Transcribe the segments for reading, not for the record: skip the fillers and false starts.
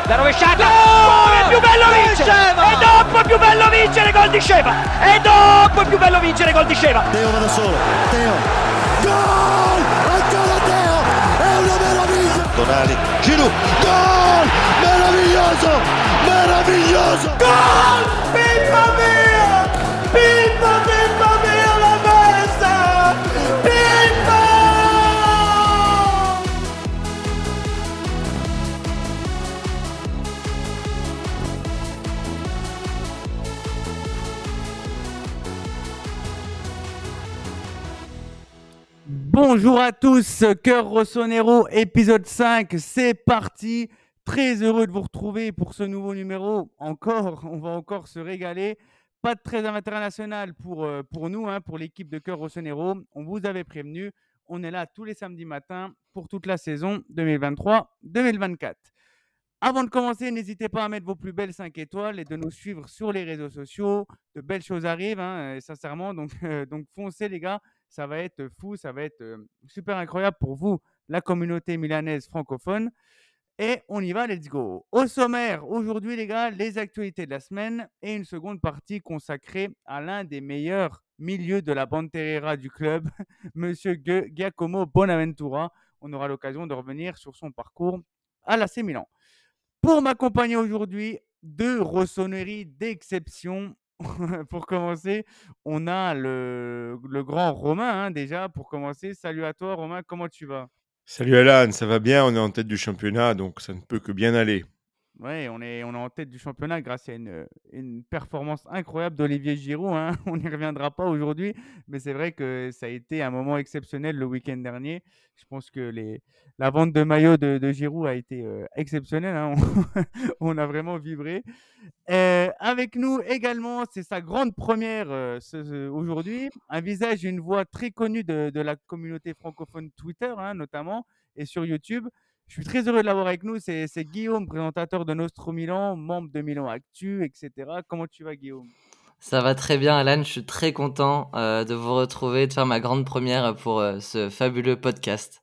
La rovesciata, è più bello vincere! E dopo è più bello vincere gol di Sheva! E dopo è più bello vincere gol di Sheva! Teo va da solo, Teo, gol! Ancora Teo, è una meraviglia! Tonali, Giroud, gol! Meraviglioso, meraviglioso! Gol! Pippa mia! Pippa, Pippa mia la festa! Pippa! Bonjour à tous, Cœur Rossonero, épisode 5, c'est parti. Très heureux de vous retrouver pour ce nouveau numéro. On va encore se régaler. Pas de trêve international pour nous, pour l'équipe de Cœur Rossonero. On vous avait prévenu, on est là tous les samedis matins pour toute la saison 2023-2024. Avant de commencer, n'hésitez pas à mettre vos plus belles 5 étoiles et de nous suivre sur les réseaux sociaux. De belles choses arrivent, sincèrement. Donc foncez les gars, ça va être fou, ça va être super incroyable pour vous, la communauté milanaise francophone. Et on y va, let's go. Au sommaire, aujourd'hui les gars, les actualités de la semaine et une seconde partie consacrée à l'un des meilleurs milieux de la bande Terrera du club, Monsieur Giacomo Bonaventura. On aura l'occasion de revenir sur son parcours à l'AC Milan. Pour m'accompagner aujourd'hui, deux rossonneries d'exception. Pour commencer, on a le grand Romain, déjà, pour commencer. Salut à toi, Romain, comment tu vas? Salut Alan, ça va bien? On est en tête du championnat, donc ça ne peut que bien aller. Ouais, on est en tête du championnat grâce à une performance incroyable d'Olivier Giroud. On n'y reviendra pas aujourd'hui, mais c'est vrai que ça a été un moment exceptionnel le week-end dernier. Je pense que la vente de maillots de Giroud a été exceptionnelle. On a vraiment vibré. Avec nous également, c'est sa grande première aujourd'hui. Un visage et une voix très connue de la communauté francophone Twitter, notamment, et sur YouTube. Je suis très heureux de l'avoir avec nous. C'est Guillaume, présentateur de Nostro Milan, membre de Milan Actu, etc. Comment tu vas, Guillaume? Ça va très bien, Alan. Je suis très content de vous retrouver, de faire ma grande première pour ce fabuleux podcast.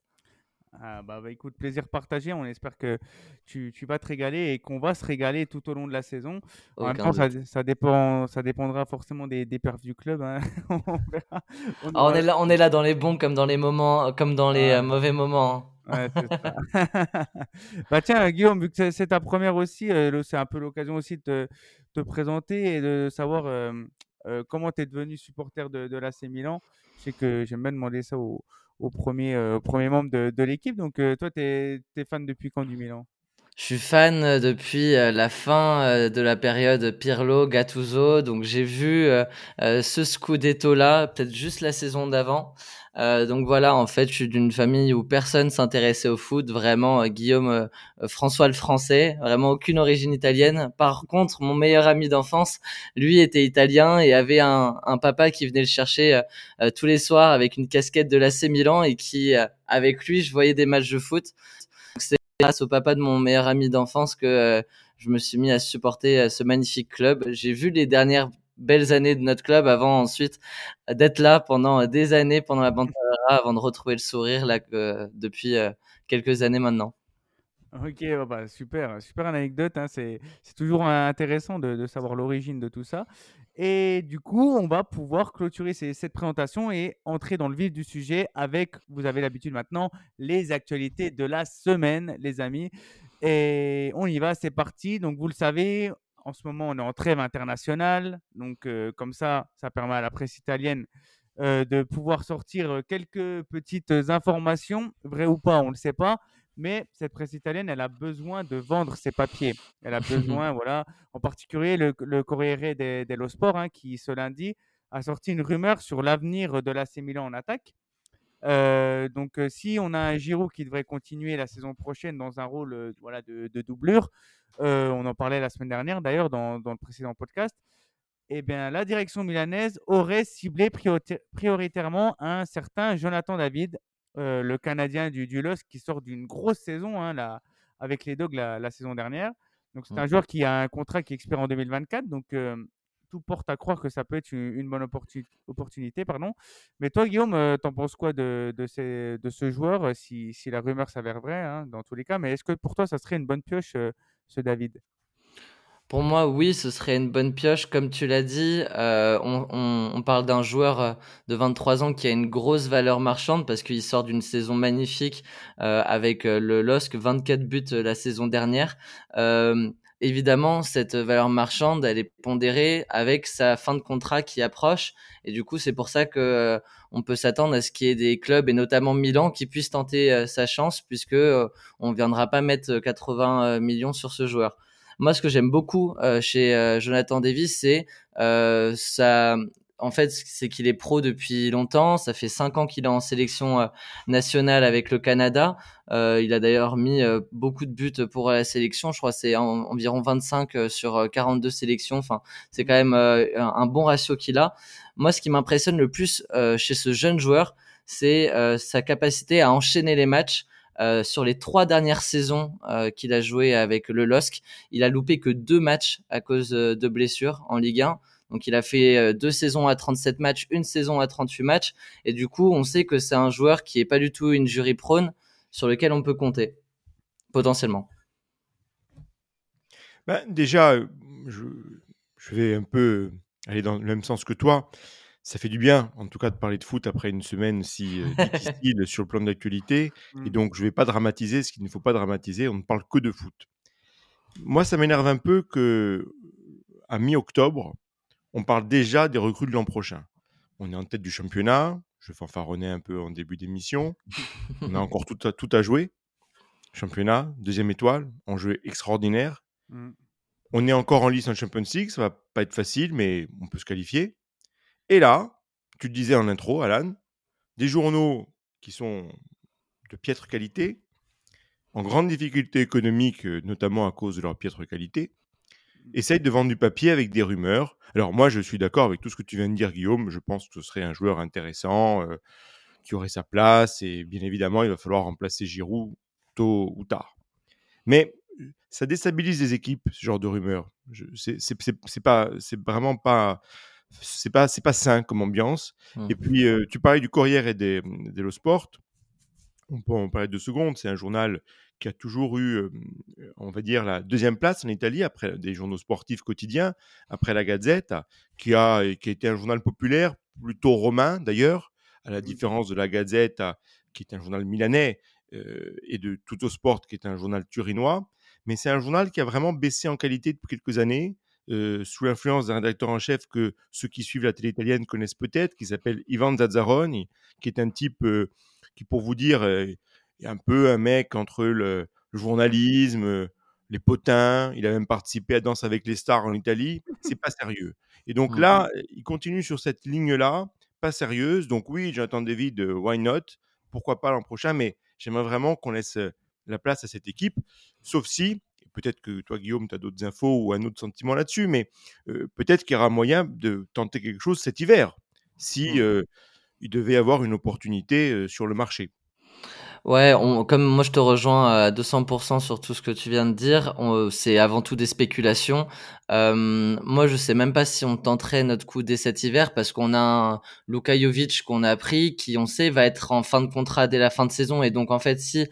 Écoute, plaisir partagé. On espère que tu vas te régaler et qu'on va se régaler tout au long de la saison. En même Aucun temps, doute. ça dépendra forcément des perfs du club. On verra. On Ah, aura- on est là dans les bons comme dans les moments, comme dans les Ah, mauvais moments. ouais, c'est ça. Bah tiens, Guillaume, vu que c'est ta première aussi, c'est un peu l'occasion aussi de te présenter et de savoir comment tu es devenu supporter de l'AC Milan. Je sais que j'aime bien demander ça au premier membre de l'équipe. Donc, toi, tu es fan depuis quand du Milan? Je suis fan depuis la fin de la période Pirlo, Gattuso. Donc j'ai vu ce Scudetto-là, peut-être juste la saison d'avant. Donc voilà, en fait, je suis d'une famille où personne s'intéressait au foot. Vraiment, Guillaume, François le Français, vraiment aucune origine italienne. Par contre, mon meilleur ami d'enfance, lui, était italien et avait un papa qui venait le chercher tous les soirs avec une casquette de l'AC Milan et qui, avec lui, je voyais des matchs de foot. C'est grâce au papa de mon meilleur ami d'enfance que je me suis mis à supporter ce magnifique club. J'ai vu les dernières belles années de notre club avant ensuite d'être là pendant des années pendant la Bantamera avant de retrouver le sourire là depuis quelques années maintenant. Ok, super, super anecdote. C'est toujours intéressant de savoir l'origine de tout ça. Et du coup, on va pouvoir clôturer cette présentation et entrer dans le vif du sujet avec, vous avez l'habitude maintenant, les actualités de la semaine, les amis. Et on y va, c'est parti. Donc, vous le savez, en ce moment, on est en trêve internationale. Donc, comme ça permet à la presse italienne de pouvoir sortir quelques petites informations, vraies ou pas, on ne le sait pas. Mais cette presse italienne, elle a besoin de vendre ses papiers. Elle a besoin, voilà, en particulier le Corriere dello Sport, qui ce lundi a sorti une rumeur sur l'avenir de l'AC Milan en attaque. Si on a un Giroud qui devrait continuer la saison prochaine dans un rôle voilà, de doublure, on en parlait la semaine dernière d'ailleurs dans le précédent podcast, eh bien, la direction milanaise aurait ciblé prioritairement un certain Jonathan David, le Canadien du LOSC qui sort d'une grosse saison avec les Dogs la saison dernière. Donc, c'est un joueur qui a un contrat qui expire en 2024. Donc, tout porte à croire que ça peut être une bonne opportunité. Pardon. Mais toi, Guillaume, t'en penses quoi de ce joueur, si la rumeur s'avère vraie, dans tous les cas? Mais est-ce que pour toi, ça serait une bonne pioche ce David? Pour moi, oui, ce serait une bonne pioche. Comme tu l'as dit, on parle d'un joueur de 23 ans qui a une grosse valeur marchande parce qu'il sort d'une saison magnifique avec le LOSC, 24 buts la saison dernière. Évidemment, cette valeur marchande, elle est pondérée avec sa fin de contrat qui approche. Et du coup, c'est pour ça que on peut s'attendre à ce qu'il y ait des clubs, et notamment Milan, qui puissent tenter sa chance puisque on ne viendra pas mettre 80 millions sur ce joueur. Moi, ce que j'aime beaucoup chez Jonathan Davis, c'est ça. En fait, c'est qu'il est pro depuis longtemps. Ça fait 5 ans qu'il est en sélection nationale avec le Canada. Il a d'ailleurs mis beaucoup de buts pour la sélection. Je crois que c'est environ 25 sur 42 sélections. Enfin, c'est quand même un bon ratio qu'il a. Moi, ce qui m'impressionne le plus chez ce jeune joueur, c'est sa capacité à enchaîner les matchs. Sur les 3 dernières saisons qu'il a joué avec le LOSC, il a loupé que 2 matchs à cause de blessures en Ligue 1. Donc il a fait 2 saisons à 37 matchs, 1 saison à 38 matchs. Et du coup, on sait que c'est un joueur qui est pas du tout injury prone, sur lequel on peut compter, potentiellement. Déjà, je vais un peu aller dans le même sens que toi. Ça fait du bien, en tout cas, de parler de foot après une semaine si difficile sur le plan de l'actualité. Et donc, je ne vais pas dramatiser ce qu'il ne faut pas dramatiser. On ne parle que de foot. Moi, ça m'énerve un peu qu'à mi-octobre, on parle déjà des recrues de l'an prochain. On est en tête du championnat. Je fanfaronnais un peu en début d'émission. On a encore tout à jouer. Championnat, 2e étoile, enjeu extraordinaire. On est encore en lice en Champions League. Ça ne va pas être facile, mais on peut se qualifier. Et là, tu le disais en intro, Alan, des journaux qui sont de piètre qualité, en grande difficulté économique, notamment à cause de leur piètre qualité, essayent de vendre du papier avec des rumeurs. Alors moi, je suis d'accord avec tout ce que tu viens de dire, Guillaume. Je pense que ce serait un joueur intéressant, qui aurait sa place. Et bien évidemment, il va falloir remplacer Giroud tôt ou tard. Mais ça déstabilise les équipes, ce genre de rumeurs. C'est vraiment pas... C'est pas sain comme ambiance. Et puis, tu parlais du Corriere dello Sport. On peut en parler 2 secondes. C'est un journal qui a toujours eu, on va dire, la 2e place en Italie, après des journaux sportifs quotidiens, après la Gazzetta, qui a été un journal populaire, plutôt romain d'ailleurs, à la différence de la Gazzetta, qui est un journal milanais, et de Tuttosport, qui est un journal turinois. Mais c'est un journal qui a vraiment baissé en qualité depuis quelques années, sous l'influence d'un rédacteur en chef que ceux qui suivent la télé italienne connaissent peut-être, qui s'appelle Ivan Zazzaroni, qui est un type qui, pour vous dire, est un peu un mec entre le journalisme, les potins. Il a même participé à Danse avec les stars en Italie. C'est pas sérieux. Et donc là, il continue sur cette ligne-là, pas sérieuse. Donc oui, j'entends David, why not? Pourquoi pas l'an prochain? Mais j'aimerais vraiment qu'on laisse la place à cette équipe, sauf si, peut-être que toi, Guillaume, tu as d'autres infos ou un autre sentiment là-dessus, mais peut-être qu'il y aura moyen de tenter quelque chose cet hiver, si il devait y avoir une opportunité sur le marché. Ouais, comme moi je te rejoins à 200% sur tout ce que tu viens de dire, c'est avant tout des spéculations. Moi je sais même pas si on tenterait notre coup dès cet hiver parce qu'on a un Luka Jovic qu'on a pris qui on sait va être en fin de contrat dès la fin de saison et donc en fait si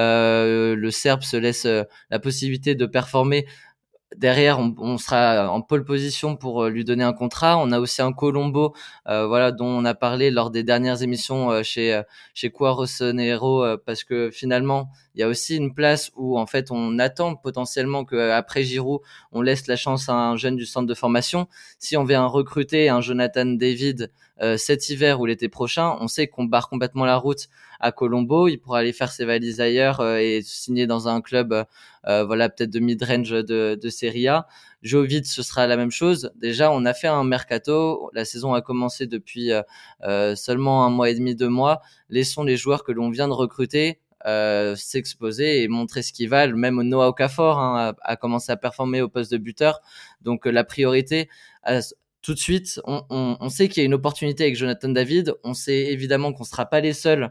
le Serbe se laisse la possibilité de performer, derrière, on sera en pole position pour lui donner un contrat. On a aussi un Colombo, voilà, dont on a parlé lors des dernières émissions chez Quoi Rossonero, parce que finalement, il y a aussi une place où en fait, on attend potentiellement qu'après Giroud, on laisse la chance à un jeune du centre de formation. Si on vient recruter un Jonathan David cet hiver ou l'été prochain, on sait qu'on barre complètement la route à Colombo. Il pourra aller faire ses valises ailleurs et signer dans un club voilà, peut-être de mid-range de Serie A. Jovic, ce sera la même chose. Déjà, on a fait un mercato. La saison a commencé depuis seulement 1 mois et demi, 2 mois. Laissons les joueurs que l'on vient de recruter s'exposer et montrer ce qu'ils valent. Même Noah Okafor a commencé à performer au poste de buteur. Donc la priorité, tout de suite, on sait qu'il y a une opportunité avec Jonathan David. On sait évidemment qu'on ne sera pas les seuls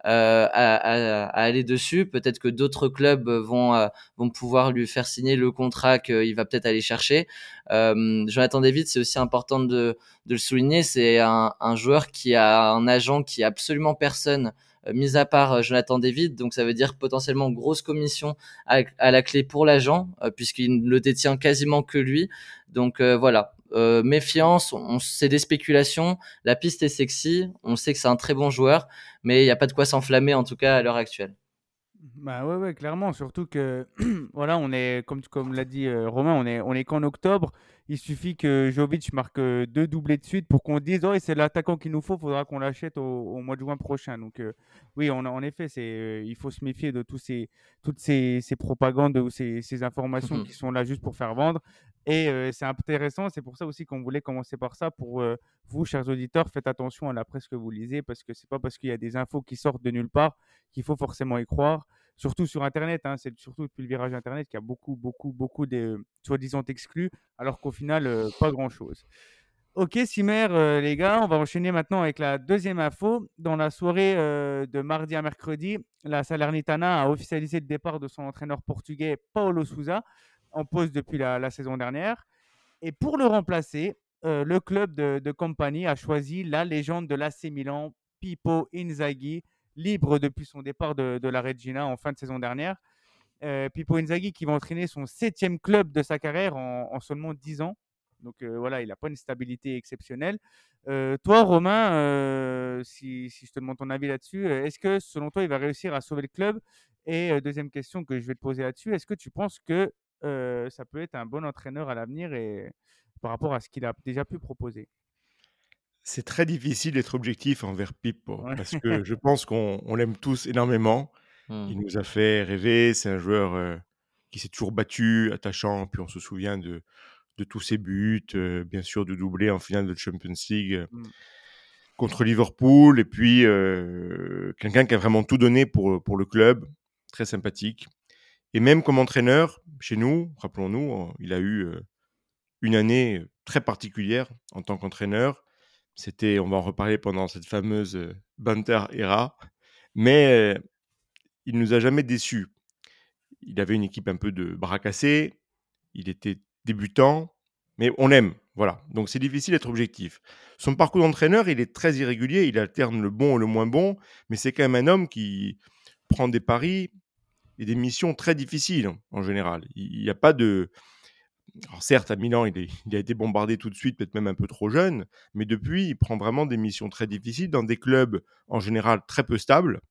à aller dessus. Peut-être que d'autres clubs vont pouvoir lui faire signer le contrat qu'il va peut-être aller chercher. Jonathan David, c'est aussi important de le souligner, c'est un joueur qui a un agent qui a absolument personne mis à part Jonathan David. Donc ça veut dire potentiellement grosse commission à la clé pour l'agent, puisqu'il ne le détient quasiment que lui. Donc voilà. Méfiance, c'est des spéculations. La piste est sexy. On sait que c'est un très bon joueur, mais il n'y a pas de quoi s'enflammer en tout cas à l'heure actuelle. Bah ouais, clairement. Surtout que, voilà, on est, comme l'a dit Romain, on est qu'en octobre. Il suffit que Jovic marque 2 doublés de suite pour qu'on dise, oh, c'est l'attaquant qu'il nous faut, faudra qu'on l'achète au mois de juin prochain. Donc, oui, en effet, il faut se méfier de toutes ces propagandes ou ces informations qui sont là juste pour faire vendre. Et c'est intéressant, c'est pour ça aussi qu'on voulait commencer par ça. Pour vous, chers auditeurs, faites attention à la presse que vous lisez, parce que c'est pas parce qu'il y a des infos qui sortent de nulle part qu'il faut forcément y croire. Surtout sur Internet, hein, c'est surtout depuis le virage Internet qu'il y a beaucoup de soi-disant exclus, alors qu'au final, pas grand-chose. Ok, Simer, les gars, on va enchaîner maintenant avec la deuxième info. Dans la soirée de mardi à mercredi, la Salernitana a officialisé le départ de son entraîneur portugais Paulo Sousa, en pause depuis la saison dernière. Et pour le remplacer, le club de Compagnie a choisi la légende de l'AC Milan, Pippo Inzaghi, libre depuis son départ de la Regina en fin de saison dernière. Pippo Inzaghi qui va entraîner son 7e club de sa carrière en seulement 10 ans. Donc voilà, il n'a pas une stabilité exceptionnelle. Toi, Romain, si je te demande ton avis là-dessus, est-ce que selon toi, il va réussir à sauver le club? Et deuxième question que je vais te poser là-dessus, est-ce que tu penses que ça peut être un bon entraîneur à l'avenir et par rapport à ce qu'il a déjà pu proposer? C'est très difficile d'être objectif envers Pippo Ouais. parce que je pense qu'on l'aime tous énormément. Il nous a fait rêver. C'est un joueur qui s'est toujours battu, attachant. Puis on se souvient de tous ses buts, bien sûr, de doublé en finale de Champions League Mm. contre Liverpool. Et puis, quelqu'un qui a vraiment tout donné pour le club. Très sympathique. Et même comme entraîneur, chez nous, rappelons-nous, il a eu une année très particulière en tant qu'entraîneur. On va en reparler pendant cette fameuse banter era, mais il nous a jamais déçus. Il avait une équipe un peu de bras cassés, il était débutant, mais on l'aime, voilà. Donc c'est difficile d'être objectif. Son parcours d'entraîneur, il est très irrégulier, il alterne le bon et le moins bon, mais c'est quand même un homme qui prend des paris et des missions très difficiles en général. Il n'y a pas de, alors certes, à Milan, il a été bombardé tout de suite, peut-être même un peu trop jeune, mais depuis, il prend vraiment des missions très difficiles dans des clubs en général très peu stables,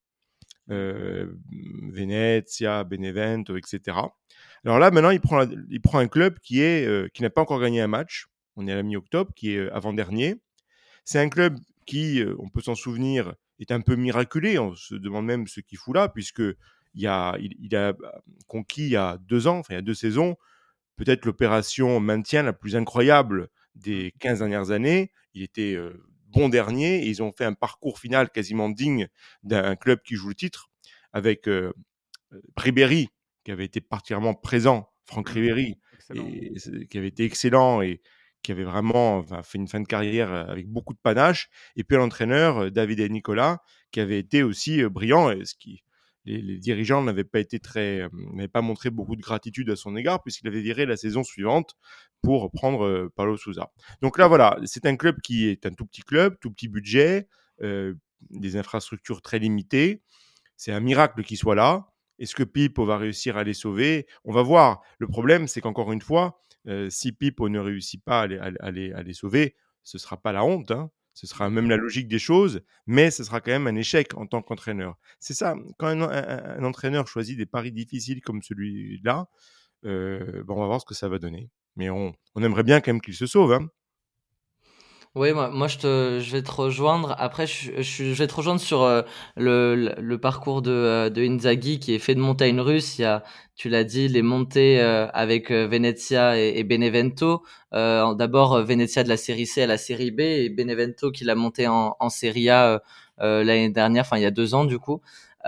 Venezia, Benevento, etc. Alors là, maintenant, il prend un club qui n'a pas encore gagné un match. On est à la mi-octobre, qui est avant-dernier. C'est un club qui, on peut s'en souvenir, est un peu miraculé. On se demande même ce qu'il fout là, puisque il a conquis il y a 2 ans, enfin il y a 2 saisons, peut-être l'opération maintien la plus incroyable des 15 dernières années. Il était bon dernier et ils ont fait un parcours final quasiment digne d'un club qui joue le titre avec Ribéry qui avait été particulièrement présent, Franck Ribéry, et qui avait été excellent et qui avait vraiment fait une fin de carrière avec beaucoup de panache. Et puis l'entraîneur David et Nicolas qui avait été aussi brillant, et les dirigeants n'avaient pas montré beaucoup de gratitude à son égard puisqu'il avait viré la saison suivante pour prendre Paulo Sousa. Donc là, voilà, c'est un club qui est un tout petit club, tout petit budget, des infrastructures très limitées. C'est un miracle qu'il soit là. Est-ce que Pippo va réussir à les sauver? On va voir. Le problème, c'est qu'encore une fois, si Pippo ne réussit pas à les sauver, ce ne sera pas la honte, hein. Ce sera même la logique des choses, mais ce sera quand même un échec en tant qu'entraîneur. C'est ça, quand un entraîneur choisit des paris difficiles comme celui-là, on va voir ce que ça va donner. Mais on aimerait bien quand même qu'il se sauve, hein. Oui, moi je vais te rejoindre. Après, je vais te rejoindre sur le parcours de Inzaghi qui est fait de montagnes russes. Il y a, tu l'as dit, les montées avec Venezia et Benevento. D'abord Venezia de la série C à la série B et Benevento qui l'a monté en série A l'année dernière, enfin il y a 2 ans du coup.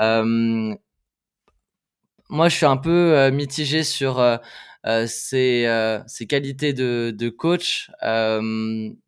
Moi, je suis un peu mitigé sur ses qualités de coach.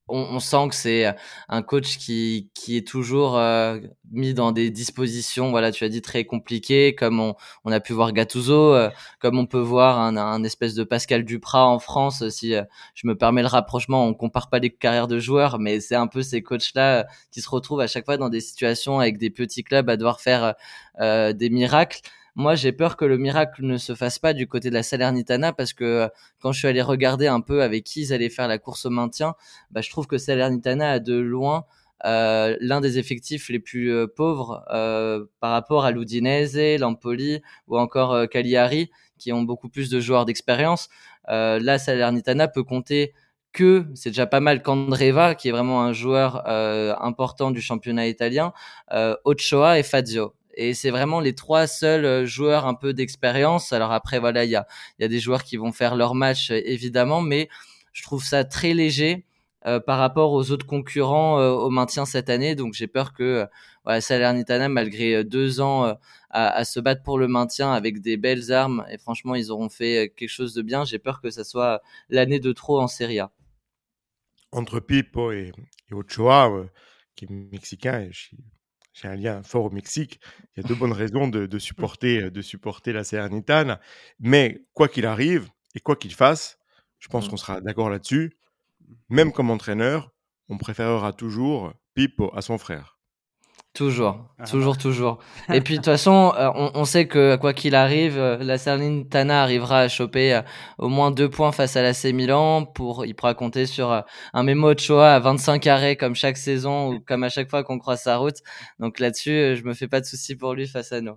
on sent que c'est un coach qui est toujours mis dans des dispositions, voilà, tu as dit très compliquées, comme on a pu voir Gattuso, comme on peut voir un espèce de Pascal Duprat en France. Si je me permets le rapprochement, on compare pas les carrières de joueurs, mais c'est un peu ces coachs-là qui se retrouvent à chaque fois dans des situations avec des petits clubs à devoir faire des miracles. Moi, j'ai peur que le miracle ne se fasse pas du côté de la Salernitana, parce que quand je suis allé regarder un peu avec qui ils allaient faire la course au maintien, je trouve que Salernitana a de loin l'un des effectifs les plus pauvres par rapport à l'Udinese, l'Empoli ou encore Cagliari, qui ont beaucoup plus de joueurs d'expérience. Là, Salernitana peut compter c'est déjà pas mal, Candreva, qui est vraiment un joueur important du championnat italien, Ochoa et Fazio. Et c'est vraiment les 3 seuls joueurs un peu d'expérience. Alors après, voilà, il y a des joueurs qui vont faire leur match, évidemment, mais je trouve ça très léger par rapport aux autres concurrents au maintien cette année. Donc j'ai peur que Salernitana, malgré 2 ans à se battre pour le maintien avec des belles armes, et franchement, ils auront fait quelque chose de bien. J'ai peur que ça soit l'année de trop en Serie A. Entre Pippo et Ochoa, qui est mexicain, et j'ai un lien fort au Mexique, il y a 2 bonnes raisons de supporter la Salernitana. Mais quoi qu'il arrive et quoi qu'il fasse, je pense qu'on sera d'accord là-dessus, même comme entraîneur, on préférera toujours Pippo à son frère. Toujours. Et puis de toute façon, on sait que quoi qu'il arrive, la Salernitana arrivera à choper au moins 2 points face à l'AC Milan. Il pourra compter sur un Memo Ochoa à 25 arrêts comme chaque saison, ou comme à chaque fois qu'on croise sa route. Donc là-dessus, je me fais pas de soucis pour lui face à nous.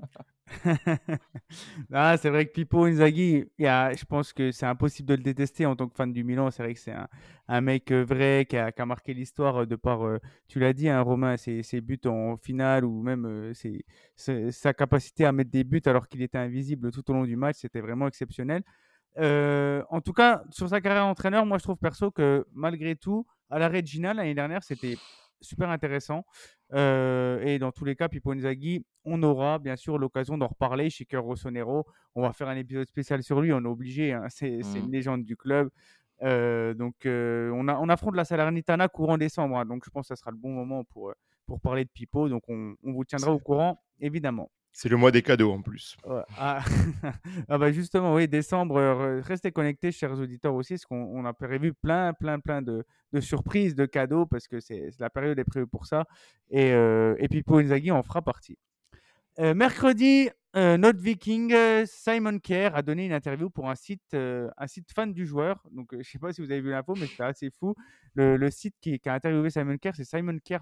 C'est vrai que Pippo Inzaghi, je pense que c'est impossible de le détester en tant que fan du Milan. C'est vrai que c'est un mec vrai qui a marqué l'histoire de par, tu l'as dit, Romain, ses buts en finale, ou même sa capacité à mettre des buts alors qu'il était invisible tout au long du match. C'était vraiment exceptionnel. En tout cas, sur sa carrière d'entraîneur, moi je trouve perso que malgré tout, à la Regina l'année dernière, c'était super intéressant. Et dans tous les cas, Pippo Inzaghi, on aura bien sûr l'occasion d'en reparler chez Cœur Rossonero. On va faire un épisode spécial sur lui, on est obligé, hein, c'est une légende du club. Donc on affronte la Salernitana courant décembre, hein, donc je pense que ça sera le bon moment pour parler de Pippo. Donc on vous tiendra au courant, évidemment. C'est le mois des cadeaux en plus. Ouais. Justement, oui, décembre, restez connectés, chers auditeurs aussi, parce qu'on a prévu plein de surprises, de cadeaux, parce que la période est prévue pour ça. Et Pippo Inzaghi en fera partie. Mercredi, notre Viking, Simon Kjær, a donné une interview pour un site fan du joueur. Donc, je ne sais pas si vous avez vu l'info, mais c'était assez fou. Le site qui a interviewé Simon Kjær, c'est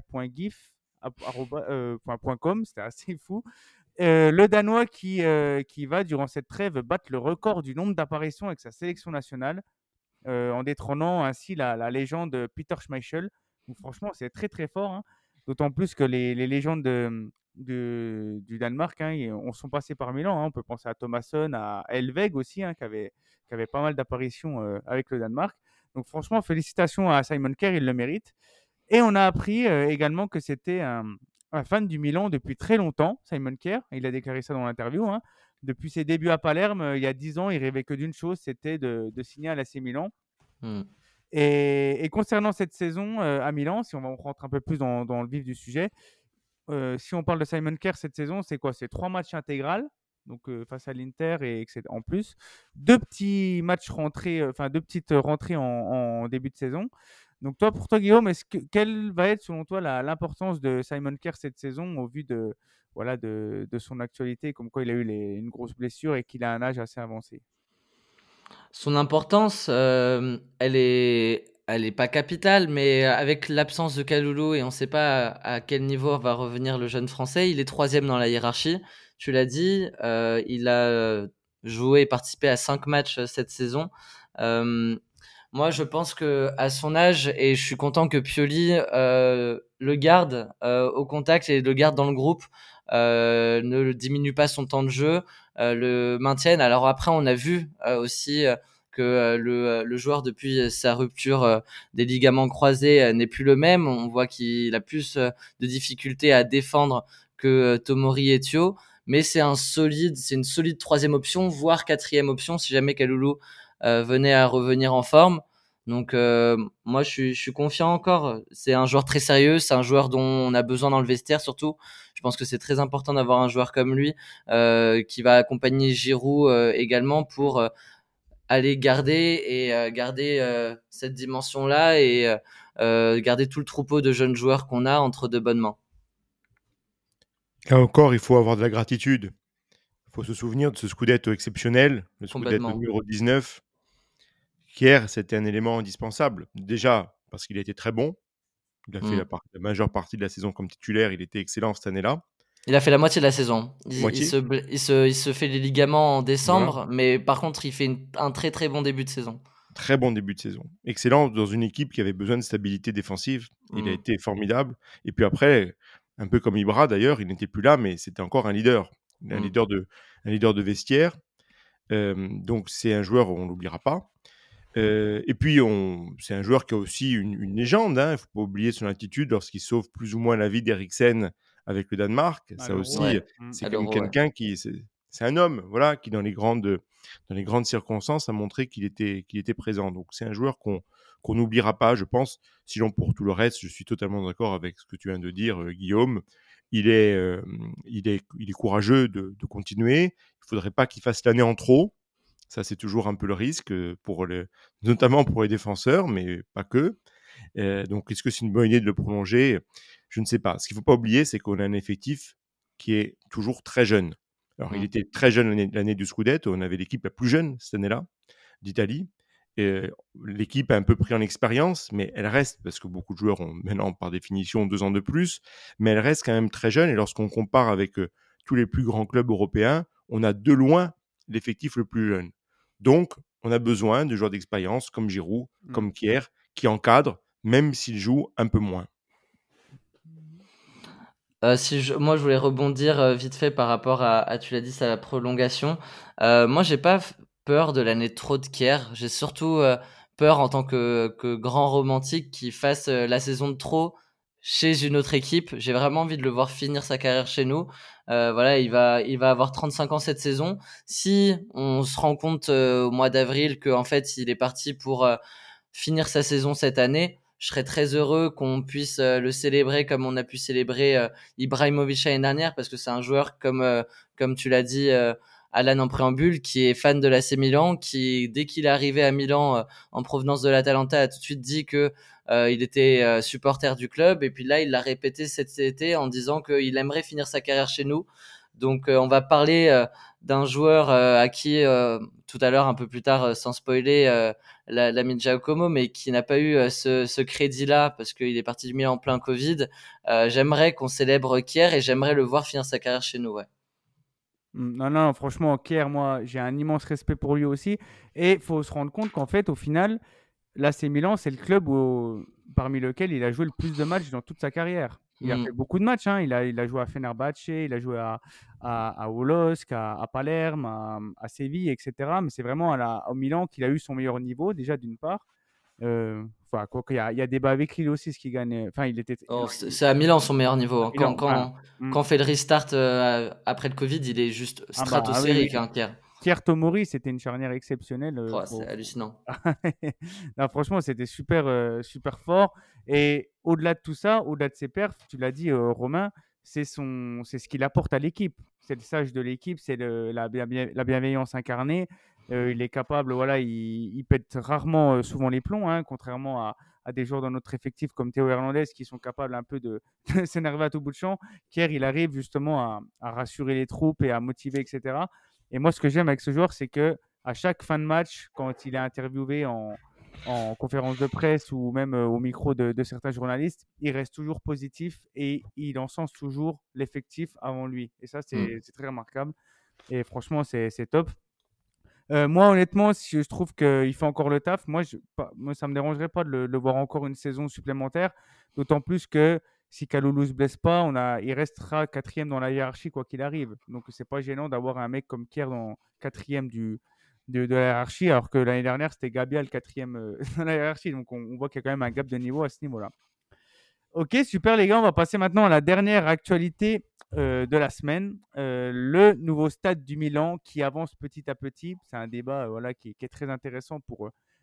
simonkjær.gif.com. C'était assez fou. Le Danois qui va, durant cette trêve, battre le record du nombre d'apparitions avec sa sélection nationale, en détrônant ainsi la légende Peter Schmeichel. Donc, franchement, c'est très très fort, hein. D'autant plus que les légendes du Danemark, hein, on sont passés par Milan, hein. On peut penser à Thomasson, à Elveg aussi, hein, qui avait pas mal d'apparitions avec le Danemark. Donc franchement, félicitations à Simon Kjær, il le mérite. Et on a appris également que c'était un fan du Milan depuis très longtemps, Simon Kjær. Il a déclaré ça dans l'interview, hein. Depuis ses débuts à Palerme, il y a 10 ans, il rêvait que d'une chose, c'était de signer à l'AC Milan. Et concernant cette saison à Milan, si on rentre un peu plus dans le vif du sujet, si on parle de Simon Kjær cette saison, c'est quoi? C'est 3 matchs intégrales, donc face à l'Inter, et en plus 2 petits matchs rentrés, 2 petites rentrées en début de saison. Donc pour toi Guillaume, quelle va être selon toi l'importance de Simon Kjær cette saison, au vu de son actualité, comme quoi il a eu une grosse blessure et qu'il a un âge assez avancé? Son importance, elle est pas capitale, mais avec l'absence de Kalulu, et on ne sait pas à quel niveau va revenir le jeune Français, il est 3e dans la hiérarchie. Tu l'as dit, il a joué et participé à 5 matchs cette saison. Moi, je pense qu'à son âge, et je suis content que Pioli le garde au contact et le garde dans le groupe, ne diminue pas son temps de jeu, le maintienne. Alors après, on a vu aussi que le joueur, depuis sa rupture des ligaments croisés, n'est plus le même. On voit qu'il a plus de difficultés à défendre que Tomori et Thio, mais c'est une solide 3e option, voire 4e option si jamais Kalulu venait à revenir en forme. Donc moi je suis confiant encore. C'est un joueur très sérieux, c'est un joueur dont on a besoin dans le vestiaire surtout. Je pense que c'est très important d'avoir un joueur comme lui qui va accompagner Giroud également pour aller garder cette dimension-là et garder tout le troupeau de jeunes joueurs qu'on a entre de bonnes mains. Là encore, il faut avoir de la gratitude. Il faut se souvenir de ce Scudetto exceptionnel, le Scudetto Complètement. numéro 19. Hier, c'était un élément indispensable. Déjà, parce qu'il a été très bon. Il a fait la majeure partie de la saison comme titulaire. Il était excellent cette année-là. Il a fait la moitié de la saison. Il Moitié. se fait les ligaments en décembre, Voilà. mais par contre, il fait un très très bon début de saison. Très bon début de saison. Excellent dans une équipe qui avait besoin de stabilité défensive. Il a été formidable. Et puis après, un peu comme Ibra d'ailleurs, il n'était plus là, mais c'était encore un leader. Un leader de vestiaire. Donc c'est un joueur, on ne l'oubliera pas. Et puis, c'est un joueur qui a aussi une légende. Il ne faut pas oublier son attitude lorsqu'il sauve plus ou moins la vie d'Eriksen avec le Danemark. Ça aussi, c'est quand même quelqu'un qui... C'est un homme, voilà, qui dans les grandes circonstances a montré qu'il était présent. Donc c'est un joueur qu'on n'oubliera pas, je pense. Sinon, pour tout le reste, je suis totalement d'accord avec ce que tu viens de dire, Guillaume. Il est courageux de continuer. Il ne faudrait pas qu'il fasse l'année en trop. Ça, c'est toujours un peu le risque, notamment pour les défenseurs, mais pas que. Donc, est-ce que c'est une bonne idée de le prolonger ? Je ne sais pas. Ce qu'il ne faut pas oublier, c'est qu'on a un effectif qui est toujours très jeune. Alors, il était très jeune l'année du Scudetto. On avait l'équipe la plus jeune cette année-là d'Italie. L'équipe a un peu pris en expérience, mais elle reste, parce que beaucoup de joueurs ont maintenant, par définition, 2 ans de plus, mais elle reste quand même très jeune. Et lorsqu'on compare avec tous les plus grands clubs européens, on a de loin l'effectif le plus jeune. Donc, on a besoin de joueurs d'expérience comme Giroud, comme Kier, qui encadrent, même s'ils jouent un peu moins. Moi, je voulais rebondir vite fait par rapport à tu l'as dit, c'est la prolongation. Moi, j'ai pas peur de l'année trop de Kier. J'ai surtout peur en tant que grand romantique qu'il fasse la saison de trop chez une autre équipe. J'ai vraiment envie de le voir finir sa carrière chez nous. Voilà, il va avoir 35 ans cette saison. Si on se rend compte au mois d'avril qu'en fait, il est parti pour finir sa saison cette année, je serais très heureux qu'on puisse le célébrer comme on a pu célébrer Ibrahimovic l'année dernière, parce que c'est un joueur comme tu l'as dit, Alan en préambule, qui est fan de l'AC Milan, qui dès qu'il est arrivé à Milan en provenance de l'Atalanta a tout de suite dit que il était supporter du club, et puis là il l'a répété cet été en disant qu'il aimerait finir sa carrière chez nous. Donc on va parler d'un joueur à qui tout à l'heure, un peu plus tard, sans spoiler, l'ami de Giacomo, mais qui n'a pas eu ce crédit-là parce qu'il est parti du Milan en plein Covid. J'aimerais qu'on célèbre Kier et j'aimerais le voir finir sa carrière chez nous. Ouais. Non, franchement, Kier, moi, j'ai un immense respect pour lui aussi. Et il faut se rendre compte qu'en fait, au final, l'AC Milan, c'est le club parmi lequel il a joué le plus de matchs dans toute sa carrière. Il a fait beaucoup de matchs. Il a joué à Fenerbahçe, il a joué à Olosk, à Palerme, à Séville, etc. Mais c'est vraiment au Milan qu'il a eu son meilleur niveau, déjà d'une part. Quoi qu'il y a débat avec lui aussi, ce qui gagne. Enfin, c'est à Milan son meilleur niveau. Quand on fait le restart après le Covid, il est juste stratosphérique. Kier Tomori, c'était une charnière exceptionnelle. C'est hallucinant. Non, franchement, c'était super, super fort. Et au-delà de tout ça, au-delà de ses perfs, tu l'as dit, Romain, c'est ce qu'il apporte à l'équipe. C'est le sage de l'équipe, c'est la bienveillance incarnée. Il est capable, voilà, il pète rarement, souvent les plombs, contrairement à des joueurs dans notre effectif comme Théo Hernandez qui sont capables un peu de s'énerver à tout bout de champ. Kier, il arrive justement à rassurer les troupes et à motiver, etc. Et moi, ce que j'aime avec ce joueur, c'est que à chaque fin de match, quand il est interviewé en conférence de presse ou même au micro de certains journalistes, il reste toujours positif et il encense toujours l'effectif avant lui. Et ça, c'est très remarquable. Et franchement, c'est top. Moi, honnêtement, si je trouve qu'il fait encore le taf, moi, ça ne me dérangerait pas de le voir encore une saison supplémentaire. D'autant plus que si Kalulu ne se blesse pas, il restera 4e dans la hiérarchie quoi qu'il arrive. Donc, ce n'est pas gênant d'avoir un mec comme Kier dans 4e de la hiérarchie, alors que l'année dernière, c'était Gabial 4e dans la hiérarchie. Donc, on voit qu'il y a quand même un gap de niveau à ce niveau-là. Ok, super les gars, on va passer maintenant à la dernière actualité de la semaine. Le nouveau stade du Milan qui avance petit à petit. C'est un débat qui est très intéressant pour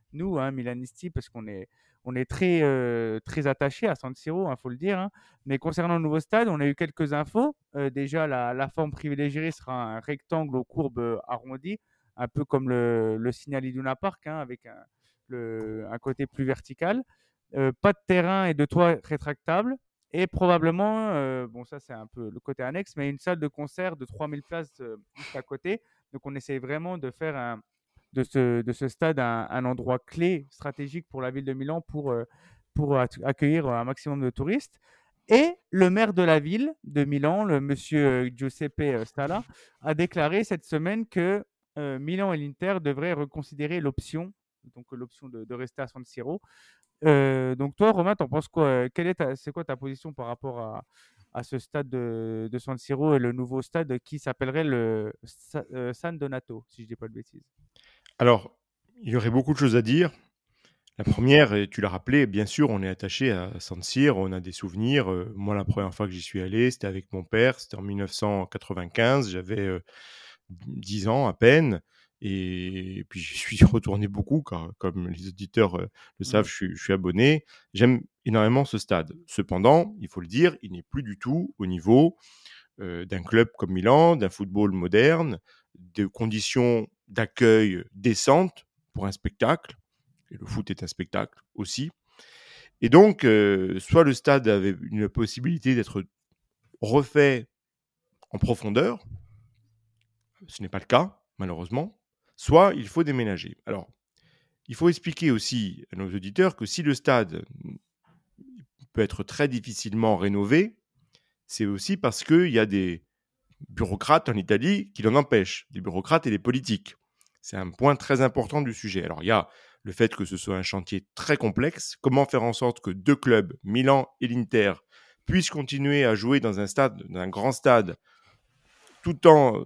nous, Milanisti, parce qu'on est très attachés à San Siro, faut le dire. Mais concernant le nouveau stade, on a eu quelques infos. Déjà, la forme privilégiée sera un rectangle aux courbes arrondies, un peu comme le Signal Iduna Park, avec un côté plus vertical. Pas de terrain et de toit rétractable. Et probablement, bon ça c'est un peu le côté annexe, mais une salle de concert de 3000 places juste à côté. Donc on essaie vraiment de faire de ce stade un endroit clé stratégique pour la ville de Milan pour accueillir un maximum de touristes. Et le maire de la ville de Milan, le monsieur Giuseppe Stalla, a déclaré cette semaine que Milan et l'Inter devraient reconsidérer l'option de rester à San Siro. Donc toi, Romain, t'en penses quoi? C'est quoi ta position par rapport à ce stade de San Siro et le nouveau stade qui s'appellerait le San Donato, si je dis pas de bêtises? Alors, il y aurait beaucoup de choses à dire. La première, et tu l'as rappelé, bien sûr, on est attaché à San Siro, on a des souvenirs. Moi, la première fois que j'y suis allé, c'était avec mon père, c'était en 1995, j'avais 10 ans à peine. Et puis, je suis retourné beaucoup, car comme les auditeurs le savent, je suis abonné. J'aime énormément ce stade. Cependant, il faut le dire, il n'est plus du tout au niveau d'un club comme Milan, d'un football moderne, de conditions d'accueil décentes pour un spectacle. Et le foot est un spectacle aussi. Et donc, soit le stade avait une possibilité d'être refait en profondeur, ce n'est pas le cas, malheureusement, soit il faut déménager. Alors, il faut expliquer aussi à nos auditeurs que si le stade peut être très difficilement rénové, c'est aussi parce qu'il y a des bureaucrates en Italie qui l'en empêchent, des bureaucrates et des politiques. C'est un point très important du sujet. Alors, il y a le fait que ce soit un chantier très complexe. Comment faire en sorte que deux clubs, Milan et l'Inter, puissent continuer à jouer dans un grand stade, tout en,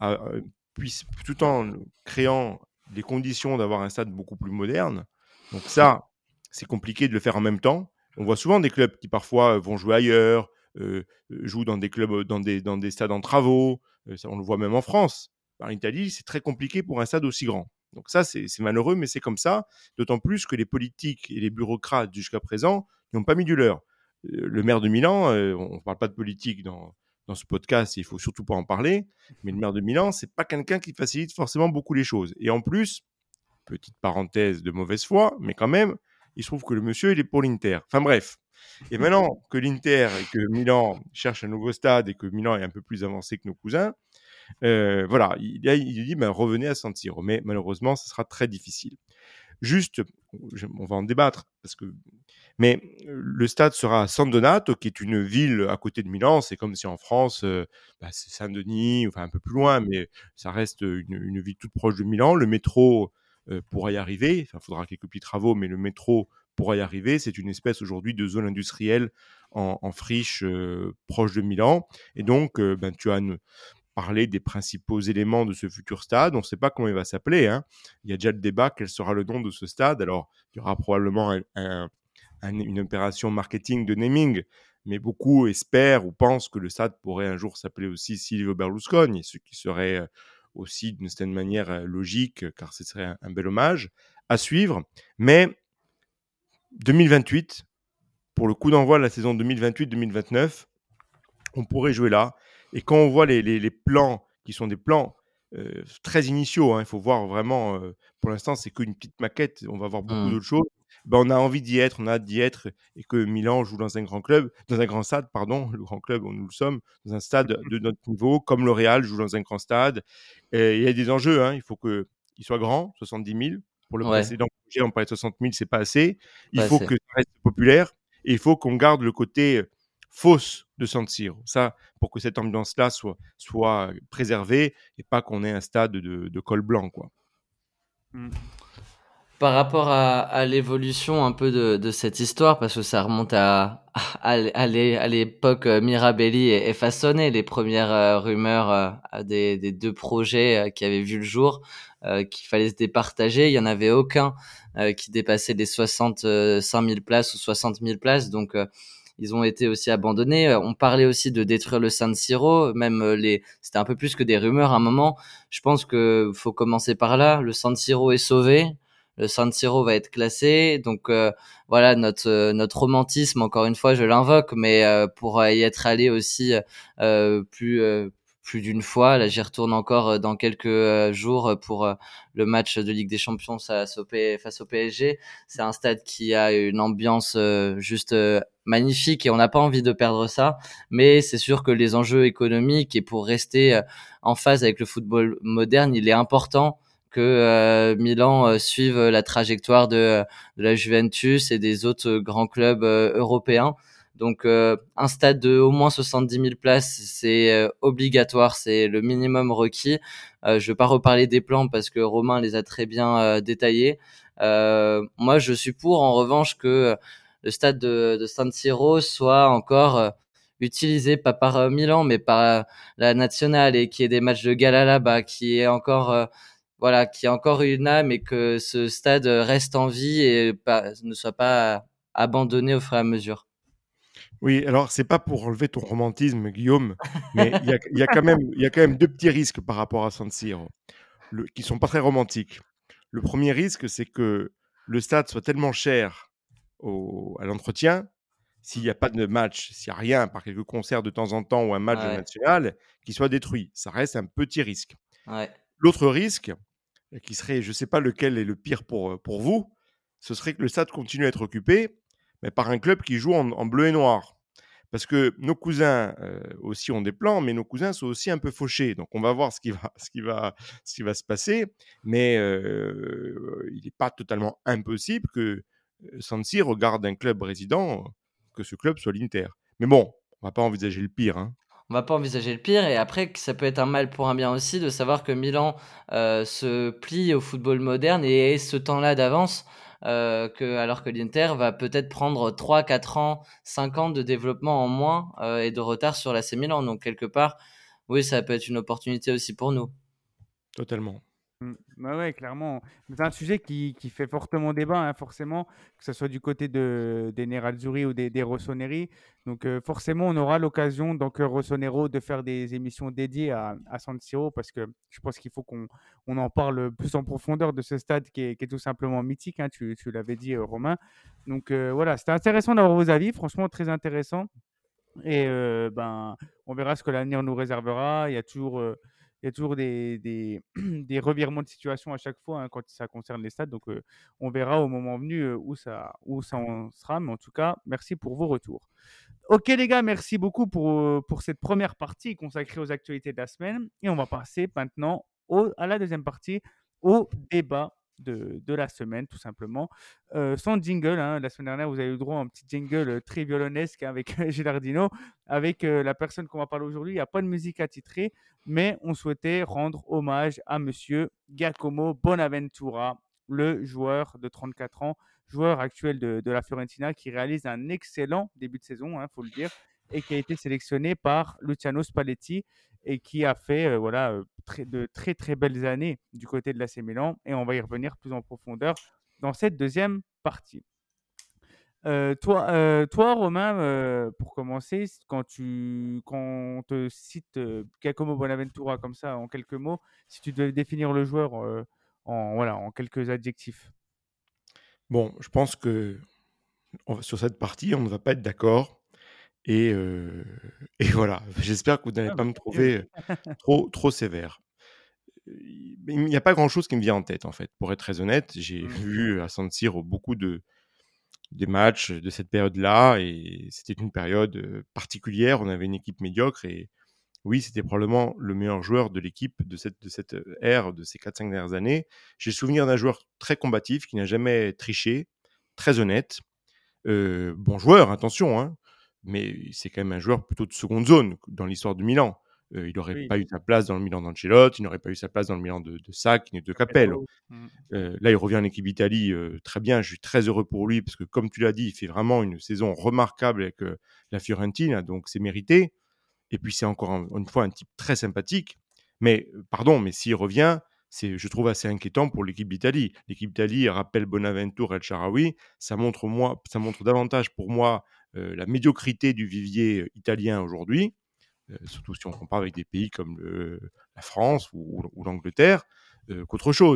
tout en créant les conditions d'avoir un stade beaucoup plus moderne. Donc ça, c'est compliqué de le faire en même temps. On voit souvent des clubs qui parfois vont jouer ailleurs, jouent dans des clubs, dans des stades en travaux. Ça, on le voit même en France. En Italie, c'est très compliqué pour un stade aussi grand. Donc ça, c'est malheureux, mais c'est comme ça. D'autant plus que les politiques et les bureaucrates jusqu'à présent n'ont pas mis du leur. Le maire de Milan, on ne parle pas de politique dans ce podcast, il faut surtout pas en parler, mais le maire de Milan, c'est pas quelqu'un qui facilite forcément beaucoup les choses. Et en plus, petite parenthèse de mauvaise foi, mais quand même, il se trouve que le monsieur, il est pour l'Inter. Enfin bref. Et maintenant que l'Inter et que Milan cherchent un nouveau stade et que Milan est un peu plus avancé que nos cousins, voilà, il dit revenez à San Siro. Mais malheureusement, ce sera très difficile. Juste, on va en débattre, mais le stade sera à San Donato, qui est une ville à côté de Milan. C'est comme si en France, c'est Saint-Denis, enfin un peu plus loin, mais ça reste une ville toute proche de Milan. Le métro pourra y arriver. Il faudra quelques petits travaux, mais le métro pourra y arriver. C'est une espèce aujourd'hui de zone industrielle en friche proche de Milan. Et donc, tu as parler des principaux éléments de ce futur stade. On ne sait pas comment il va s'appeler. Il y a déjà le débat, quel sera le nom de ce stade. Alors, il y aura probablement une opération marketing de naming, mais beaucoup espèrent ou pensent que le stade pourrait un jour s'appeler aussi Silvio Berlusconi, ce qui serait aussi d'une certaine manière logique, car ce serait un bel hommage à suivre. Mais 2028, pour le coup d'envoi de la saison 2028-2029, on pourrait jouer là. Et quand on voit les plans, qui sont des plans très initiaux, il faut voir vraiment, pour l'instant, c'est qu'une petite maquette, on va voir beaucoup d'autres choses. On a envie d'y être, on a hâte d'y être, et que Milan joue dans un grand club, dans un grand stade, pardon, le grand club, nous le sommes, dans un stade de notre niveau, comme le Real joue dans un grand stade. Et il y a des enjeux, il faut qu'il soit grand, 70 000. Pour le précédent projet, on parlait de 60 000, c'est pas assez. Il faut que ça reste populaire, et il faut qu'on garde le côté fausse de San Siro. Ça, pour que cette ambiance-là soit préservée et pas qu'on ait un stade de col blanc, quoi. Par rapport à l'évolution un peu de cette histoire, parce que ça remonte à l'époque Mirabelli et Fassone, les premières rumeurs des deux projets qui avaient vu le jour, qu'il fallait se départager. Il y en avait aucun qui dépassait les 65 000 places ou 60 000 places, donc ils ont été aussi abandonnés. On parlait aussi de détruire le San Siro, même c'était un peu plus que des rumeurs à un moment. Je pense que faut commencer par là. Le San Siro est sauvé. le San Siro va être classé. Donc voilà, notre romantisme, encore une fois, je l'invoque, mais pour y être allé aussi plus d'une fois. Là, j'y retourne encore dans quelques jours pour le match de Ligue des Champions face au PSG. C'est un stade qui a une ambiance juste magnifique et on n'a pas envie de perdre ça. Mais c'est sûr que les enjeux économiques et pour rester en phase avec le football moderne, il est important que Milan suive la trajectoire de la Juventus et des autres grands clubs européens. Donc un stade de au moins 70 000 places, c'est obligatoire, c'est le minimum requis. Je ne vais pas reparler des plans parce que Romain les a très bien détaillés. Moi, je suis pour, en revanche, que le stade de San Siro soit encore utilisé pas par Milan, mais par la nationale et qu'il y ait des matchs de gala là-bas, qui est encore voilà, qui a encore une âme et que ce stade reste en vie et ne soit pas abandonné au fur et à mesure. Oui, alors c'est pas pour enlever ton romantisme, Guillaume, mais il y a quand même 2 petits risques par rapport à San Siro, qui sont pas très romantiques. Le premier risque, c'est que le stade soit tellement cher à l'entretien, s'il y a pas de match, s'il y a rien, par quelques concerts de temps en temps ou un match de Ouais, national, qu'il soit détruit. Ça reste un petit risque. ouais, L'autre risque, qui serait, je ne sais pas lequel est le pire pour vous, ce serait que le stade continue à être occupé, mais par un club qui joue en bleu et noir. Parce que nos cousins aussi ont des plans, mais nos cousins sont aussi un peu fauchés. Donc on va voir ce qui va se passer. Mais il n'est pas totalement impossible que San Siro regarde un club résident, que ce club soit l'Inter. Mais bon, on va pas envisager le pire, hein. on va pas envisager le pire et après que ça peut être un mal pour un bien aussi de savoir que Milan se plie au football moderne et ait ce temps-là d'avance alors que l'Inter va peut-être prendre 3, 4 ans, 5 ans de développement en moins et de retard sur l'AC Milan. Donc quelque part, oui, ça peut être une opportunité aussi pour nous. Totalement. Bah ouais, clairement. C'est un sujet qui fait fortement débat, hein, forcément, que ce soit du côté des Nerazzurri ou des Rossoneri. Donc, forcément, on aura l'occasion, dans Cœur Rossonero, de faire des émissions dédiées à San Siro parce que je pense qu'il faut qu'on en parle plus en profondeur de ce stade qui est tout simplement mythique, hein, tu l'avais dit, Romain. Donc, voilà, c'était intéressant d'avoir vos avis, franchement, très intéressant. Et ben, on verra ce que l'avenir nous réservera. Il y a toujours des des revirements de situation à chaque fois, hein, quand ça concerne les stades. Donc, on verra au moment venu où ça en sera. Mais en tout cas, merci pour vos retours. Ok les gars, merci beaucoup pour cette première partie consacrée aux actualités de la semaine. Et on va passer maintenant à la deuxième partie, au débat de la semaine, tout simplement. Sans jingle, hein. La semaine dernière, vous avez eu droit à un petit jingle très violonesque avec Gilardino. Avec la personne qu'on va parler aujourd'hui, il n'y a pas de musique attitrée, mais on souhaitait rendre hommage à monsieur Giacomo Bonaventura, le joueur de 34 ans, joueur actuel de la Fiorentina, qui réalise un excellent début de saison, il faut le dire, et qui a été sélectionné par Luciano Spalletti et qui a fait de très très belles années du côté de l'AC Milan. Et on va y revenir plus en profondeur dans cette deuxième partie. Toi, Romain, pour commencer, quand on te cite Giacomo Bonaventura comme ça en quelques mots, si tu devais définir le joueur en quelques adjectifs. Bon, je pense que sur cette partie, on ne va pas être d'accord. Et, et voilà, j'espère que vous n'allez Ah, pas bah, me tant mieux. trouver trop sévère. Il n'y a pas grand-chose qui me vient en tête, en fait, pour être très honnête. J'ai Mm. vu à San Siro beaucoup des matchs de cette période-là, et c'était une période particulière. On avait une équipe médiocre, et oui, c'était probablement le meilleur joueur de l'équipe de cette ère, de ces 4-5 dernières années. J'ai le souvenir d'un joueur très combatif, qui n'a jamais triché, très honnête. Bon joueur, attention, hein, mais c'est quand même un joueur plutôt de seconde zone dans l'histoire du Milan. Il n'aurait Oui, pas eu sa place dans le Milan d'Ancelotti, il n'aurait pas eu sa place dans le Milan de Sacchi ni de Capello. Capello. Mm. Là, il revient en équipe d'Italie, très bien. Je suis très heureux pour lui parce que, comme tu l'as dit, il fait vraiment une saison remarquable avec la Fiorentina, donc c'est mérité. Et puis, c'est encore une fois un type très sympathique. Mais, pardon, mais s'il revient, je trouve assez inquiétant pour l'équipe d'Italie. L'équipe d'Italie rappelle Bonaventure et El Shaarawy. Ça montre davantage pour moi la médiocrité du vivier italien aujourd'hui, surtout si on compare avec des pays comme la France ou l'Angleterre, qu'autre chose.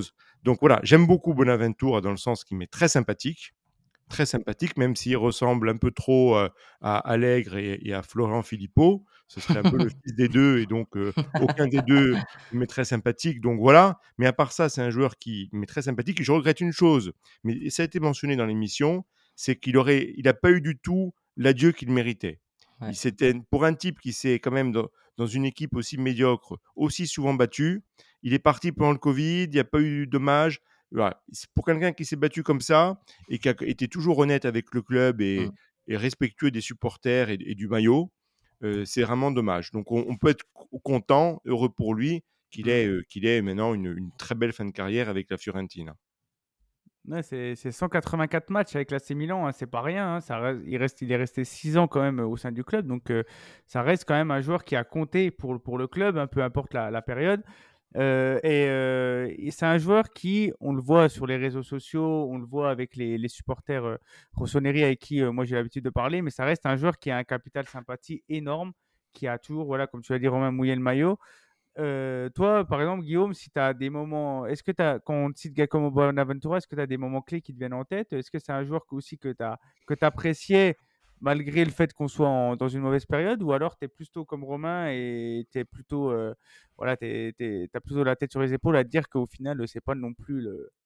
Donc voilà, j'aime beaucoup Bonaventura dans le sens qu'il m'est très sympathique, même s'il ressemble un peu trop à Allègre et à Florent Philippot. Ce serait un peu le fils des deux, et donc aucun des deux ne m'est très sympathique. Donc voilà, mais à part ça, c'est un joueur qui m'est très sympathique. Et je regrette une chose, mais ça a été mentionné dans l'émission, c'est il n'a pas eu du tout l'adieu qu'il méritait. Ouais. C'était pour un type qui s'est quand même dans une équipe aussi médiocre, aussi souvent battu. Il est parti pendant le Covid, il n'y a pas eu de dommages. Voilà. Pour quelqu'un qui s'est battu comme ça et qui a été toujours honnête avec le club Mm. et respectueux des supporters et du maillot, c'est vraiment dommage. Donc on peut être content, heureux pour lui qu'il ait maintenant une très belle fin de carrière avec la Fiorentina. Ouais, c'est 184 matchs avec l'AC Milan, hein, c'est pas rien, hein, il est resté 6 ans quand même au sein du club, donc ça reste quand même un joueur qui a compté pour le club, hein, peu importe la période. Et c'est un joueur qui, on le voit sur les réseaux sociaux, on le voit avec les supporters Rossoneri avec qui moi j'ai l'habitude de parler, mais ça reste un joueur qui a un capital sympathie énorme, qui a toujours, voilà, comme tu l'as dit, Romain, mouillé le maillot. Toi, par exemple, Guillaume, si tu as des moments, est-ce que quand on te cite Giacomo Bonaventura, est-ce que tu as des moments clés qui te viennent en tête? Est-ce que c'est un joueur aussi que tu appréciais malgré le fait qu'on soit dans une mauvaise période, ou alors tu es plutôt comme Romain et tu es plutôt, voilà, t'as plutôt la tête sur les épaules à te dire qu'au final, c'est pas non plus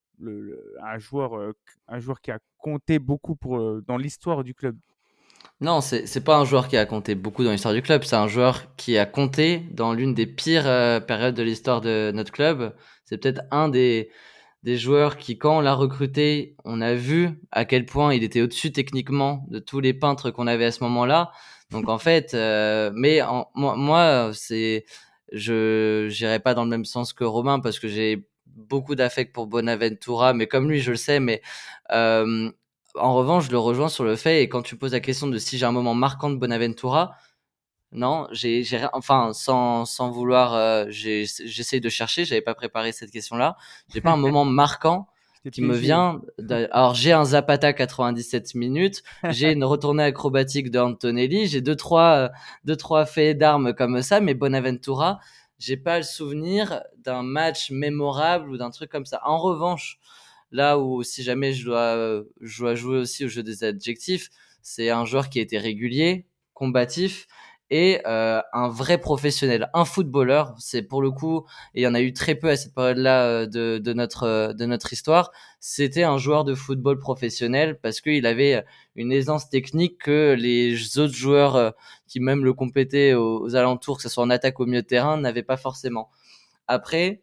un joueur qui a compté beaucoup dans l'histoire du club? Non, c'est pas un joueur qui a compté beaucoup dans l'histoire du club, c'est un joueur qui a compté dans l'une des pires périodes de l'histoire de notre club. C'est peut-être un des joueurs qui, quand on l'a recruté, on a vu à quel point il était au-dessus techniquement de tous les peintres qu'on avait à ce moment-là. Donc en fait, moi, je j'irai pas dans le même sens que Romain parce que j'ai beaucoup d'affect pour Bonaventura, mais comme lui, je le sais, mais euh, en revanche, je le rejoins sur le fait, et quand tu poses la question de si j'ai un moment marquant de Bonaventura, non, enfin, sans vouloir, j'essaye de chercher, j'avais pas préparé cette question-là. J'ai pas un moment marquant Je t'ai qui me piégé. vient. Alors, j'ai un Zapata 97 minutes, j'ai une retournée acrobatique de Antonelli, j'ai deux, trois faits d'armes comme ça, mais Bonaventura, j'ai pas le souvenir d'un match mémorable ou d'un truc comme ça. En revanche, là où si jamais je dois jouer aussi au jeu des adjectifs, c'est un joueur qui a été régulier, combatif et un vrai professionnel, un footballeur. C'est pour le coup, et il y en a eu très peu à cette période-là de notre histoire. C'était un joueur de football professionnel parce qu'il avait une aisance technique que les autres joueurs qui même le compétaient aux alentours, que ce soit en attaque ou au milieu de terrain, n'avaient pas forcément. Après,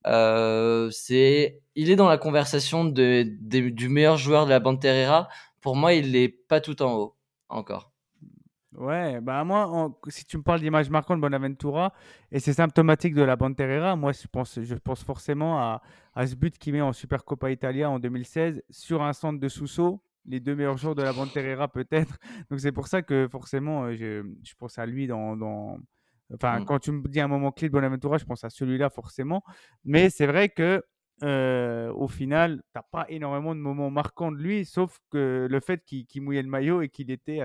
il est dans la conversation du meilleur joueur de la Banterera. Pour moi, il n'est pas tout en haut encore. Ouais, bah moi, si tu me parles d'image marquante de Bonaventura, et c'est symptomatique de la Banterera, moi je pense forcément à ce but qu'il met en Supercoppa Italia en 2016 sur un centre de Suso, les deux meilleurs joueurs de la Banterera peut-être. Donc c'est pour ça que forcément je pense à lui Enfin, Mm. quand tu me dis un moment clé de Bonaventura, je pense à celui-là forcément. Mais c'est vrai que au final, t'as pas énormément de moments marquants de lui, sauf que le fait qu'il mouillait le maillot et qu'il était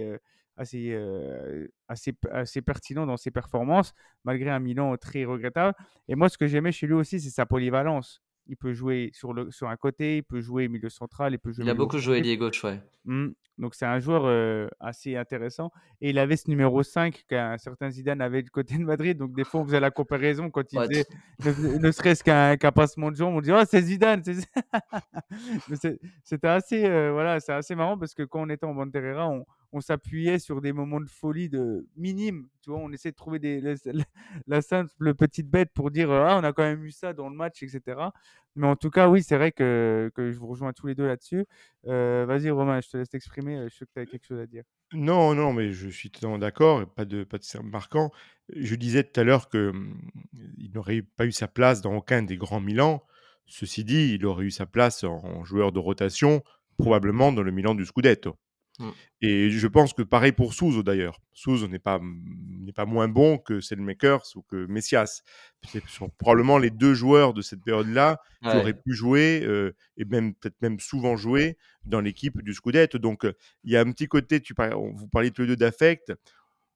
assez pertinent dans ses performances, malgré un Milan très regrettable. Et moi, ce que j'aimais chez lui aussi, c'est sa polyvalence. Il peut jouer sur un côté, il peut jouer milieu central, il peut jouer Il a milieu beaucoup joué offensif. ailier gauche, ouais. Donc c'est un joueur assez intéressant. Et il avait ce numéro 5 qu'un certain Zidane avait du côté de Madrid. Donc des fois, on faisait la comparaison quand il Ouais, faisait ne serait-ce qu'un passement de jambes. On disait, oh, c'est Zidane. Mais c'était assez, voilà, c'est assez marrant parce que quand on était en Banterera, on s'appuyait sur des moments de folie minimes. Tu vois, on essayait de trouver la simple petite bête pour dire, ah, on a quand même eu ça dans le match, etc. Mais en tout cas, oui, c'est vrai que je vous rejoins tous les deux là-dessus. Vas-y, Romain, je te laisse t'exprimer. Je sais que tu avais quelque chose à dire. Non, non, mais je suis totalement d'accord, pas de marquant. Je disais tout à l'heure que il n'aurait pas eu sa place dans aucun des grands Milan. Ceci dit, il aurait eu sa place en joueur de rotation, probablement dans le Milan du Scudetto. Mm. Et je pense que pareil pour Souzo d'ailleurs. Souzo n'est pas moins bon que Selmakers ou que Messias. Ce sont probablement les deux joueurs de cette période-là qui auraient Ouais. pu jouer et même peut-être même souvent jouer dans l'équipe du Scudetto. Donc il y a un petit côté, vous parliez tous les deux d'affect.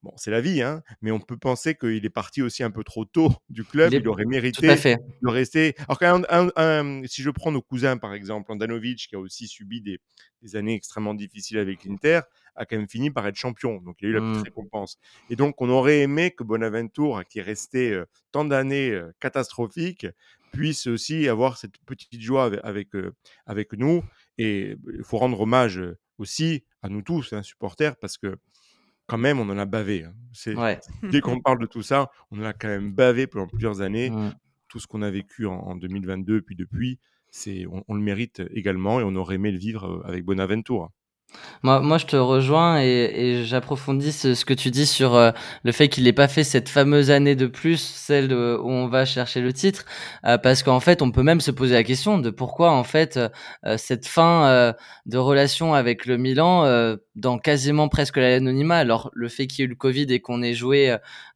Bon, c'est la vie, hein, mais on peut penser qu'il est parti aussi un peu trop tôt du club. Il aurait Tout à mérité fait. de rester. Alors, si je prends nos cousins, par exemple, Andanovic, qui a aussi subi des années extrêmement difficiles avec l'Inter, a quand même fini par être champion. Donc, il a eu la petite récompense. Et donc, on aurait aimé que Bonaventure, qui est resté tant d'années catastrophiques, puisse aussi avoir cette petite joie avec nous. Et il faut rendre hommage aussi à nous tous, hein, supporters, parce que quand même, on en a bavé, hein. Ouais. Dès qu'on parle de tout ça, on en a quand même bavé pendant plusieurs années. Mmh. Tout ce qu'on a vécu en 2022, puis depuis, on le mérite également et on aurait aimé le vivre avec Bonaventura. Moi, je te rejoins et j'approfondis ce que tu dis sur le fait qu'il n'ait pas fait cette fameuse année de plus, celle où on va chercher le titre, parce qu'en fait, on peut même se poser la question de pourquoi en fait cette fin de relation avec le Milan dans quasiment presque l'anonymat. Alors le fait qu'il y ait eu le Covid et qu'on ait joué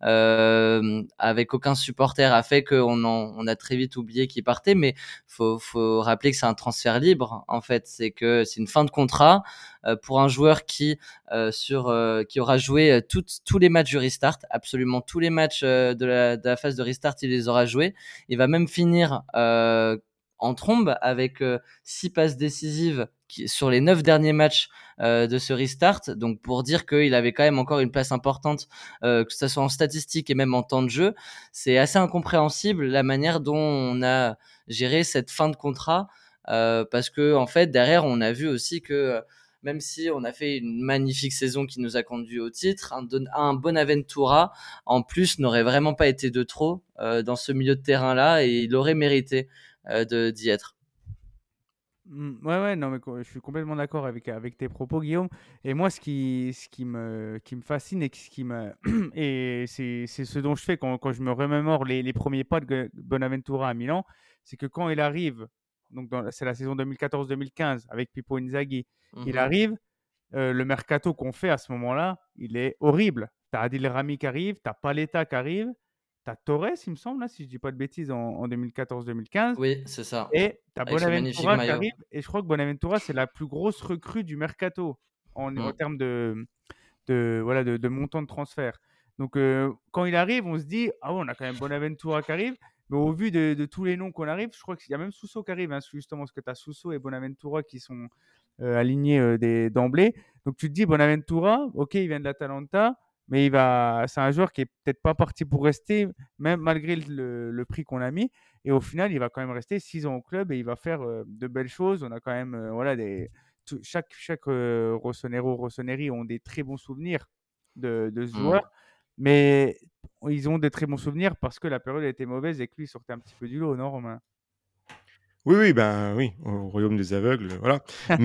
avec aucun supporter a fait on a très vite oublié qu'il partait, mais faut rappeler que c'est un transfert libre en fait, c'est une fin de contrat. Pour un joueur qui aura joué tous les matchs du restart, absolument tous les matchs de la phase de restart, il les aura joués. Il va même finir en trombe avec 6 passes décisives sur les 9 derniers matchs de ce restart. Donc pour dire qu'il avait quand même encore une place importante, que ce soit en statistique et même en temps de jeu, c'est assez incompréhensible la manière dont on a géré cette fin de contrat. Parce que en fait derrière on a vu aussi que même si on a fait une magnifique saison qui nous a conduit au titre, un Bonaventura en plus n'aurait vraiment pas été de trop dans ce milieu de terrain là et il aurait mérité d'y être. Ouais, non, mais je suis complètement d'accord avec tes propos, Guillaume. Et moi, ce qui me fascine et et c'est ce dont je fais quand je me remémore les premiers pas de Bonaventura à Milan, c'est que quand il arrive, donc c'est la saison 2014-2015 avec Pippo Inzaghi, il Mhm. arrive, le mercato qu'on fait à ce moment-là, il est horrible. Tu as Adil Rami qui arrive, tu as Paletta qui arrive, tu as Torres, il me semble, là, si je dis pas de bêtises, en 2014-2015. Oui, c'est ça. Et tu as Avec ce magnifique Bonaventura qui maillot. arrive. Et je crois que Bonaventura, c'est la plus grosse recrue du mercato en Mm. termes voilà, de montant de transfert. Donc, quand il arrive, on se dit, ah ouais, on a quand même Bonaventura qui arrive. Mais au vu de tous les noms qu'on arrive, je crois qu'il y a même Suso qui arrive, hein, justement, parce que tu as Suso et Bonaventura qui sont alignés d'emblée. Donc, tu te dis, Bonaventura, ok, il vient de l'Atalanta, mais c'est un joueur qui est peut-être pas parti pour rester, même malgré le prix qu'on a mis. Et au final, il va quand même rester 6 ans au club et il va faire de belles choses. On a quand même, voilà, chaque Rossonero, Rossoneri ont des très bons souvenirs de ce Mm. joueur. Mais ils ont des très bons souvenirs parce que la période était mauvaise et que lui sortait un petit peu du lot, non, Romain? Oui, oui, ben oui, au royaume des aveugles, voilà.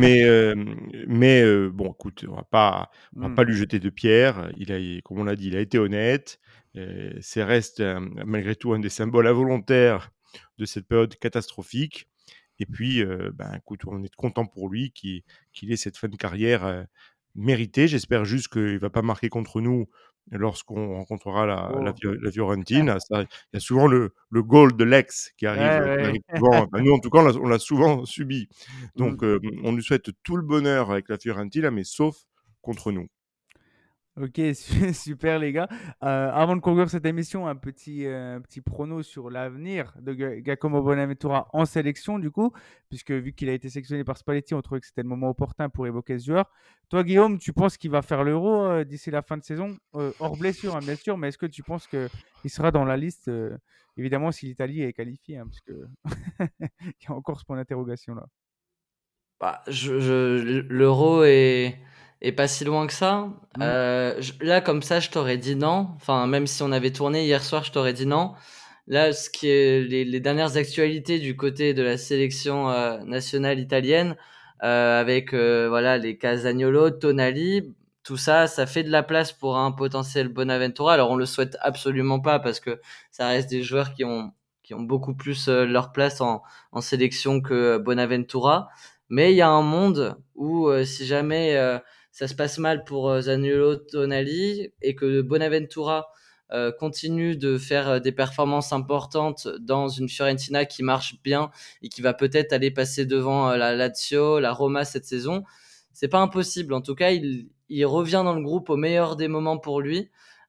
Bon, écoute, on va Mm. pas lui jeter de pierre. Comme on l'a dit, il a été honnête. C'est reste malgré tout un des symboles involontaires de cette période catastrophique. Et puis, ben écoute, on est content pour lui qu'il ait cette fin de carrière méritée. J'espère juste qu'il va pas marquer contre nous lorsqu'on rencontrera Oh. la Fiorentina. Ça, il y a souvent le goal de l'ex qui arrive, Ouais, ouais. souvent. Enfin, nous, en tout cas, on l'a souvent subi. Mm. Donc, on lui souhaite tout le bonheur avec la Fiorentina, mais sauf contre nous. Ok, super les gars. Avant de conclure cette émission, un petit prono sur l'avenir de Giacomo Bonaventura en sélection, du coup, puisque vu qu'il a été sélectionné par Spalletti, on trouvait que c'était le moment opportun pour évoquer ce joueur. Toi, Guillaume, tu penses qu'il va faire l'Euro d'ici la fin de saison, hors blessure, hein, bien sûr, mais est-ce que tu penses qu'il sera dans la liste, évidemment, si l'Italie est qualifiée, hein, parce que il y a encore ce point d'interrogation là. Bah, l'euro est pas si loin que ça. Mm. Là, comme ça, je t'aurais dit non. Enfin, même si on avait tourné hier soir, je t'aurais dit non. Là, ce qui est les dernières actualités du côté de la sélection nationale italienne, avec voilà les Casagnolo, Tonali, tout ça, ça fait de la place pour un potentiel Bonaventura. Alors, on le souhaite absolument pas parce que ça reste des joueurs qui ont beaucoup plus leur place en sélection que Bonaventura. Mais il y a un monde où si jamais ça se passe mal pour Zaniolo, Tonali et que Bonaventura continue de faire des performances importantes dans une Fiorentina qui marche bien et qui va peut-être aller passer devant la Lazio, la Roma cette saison, c'est pas impossible. En tout cas, il revient dans le groupe au meilleur des moments pour lui.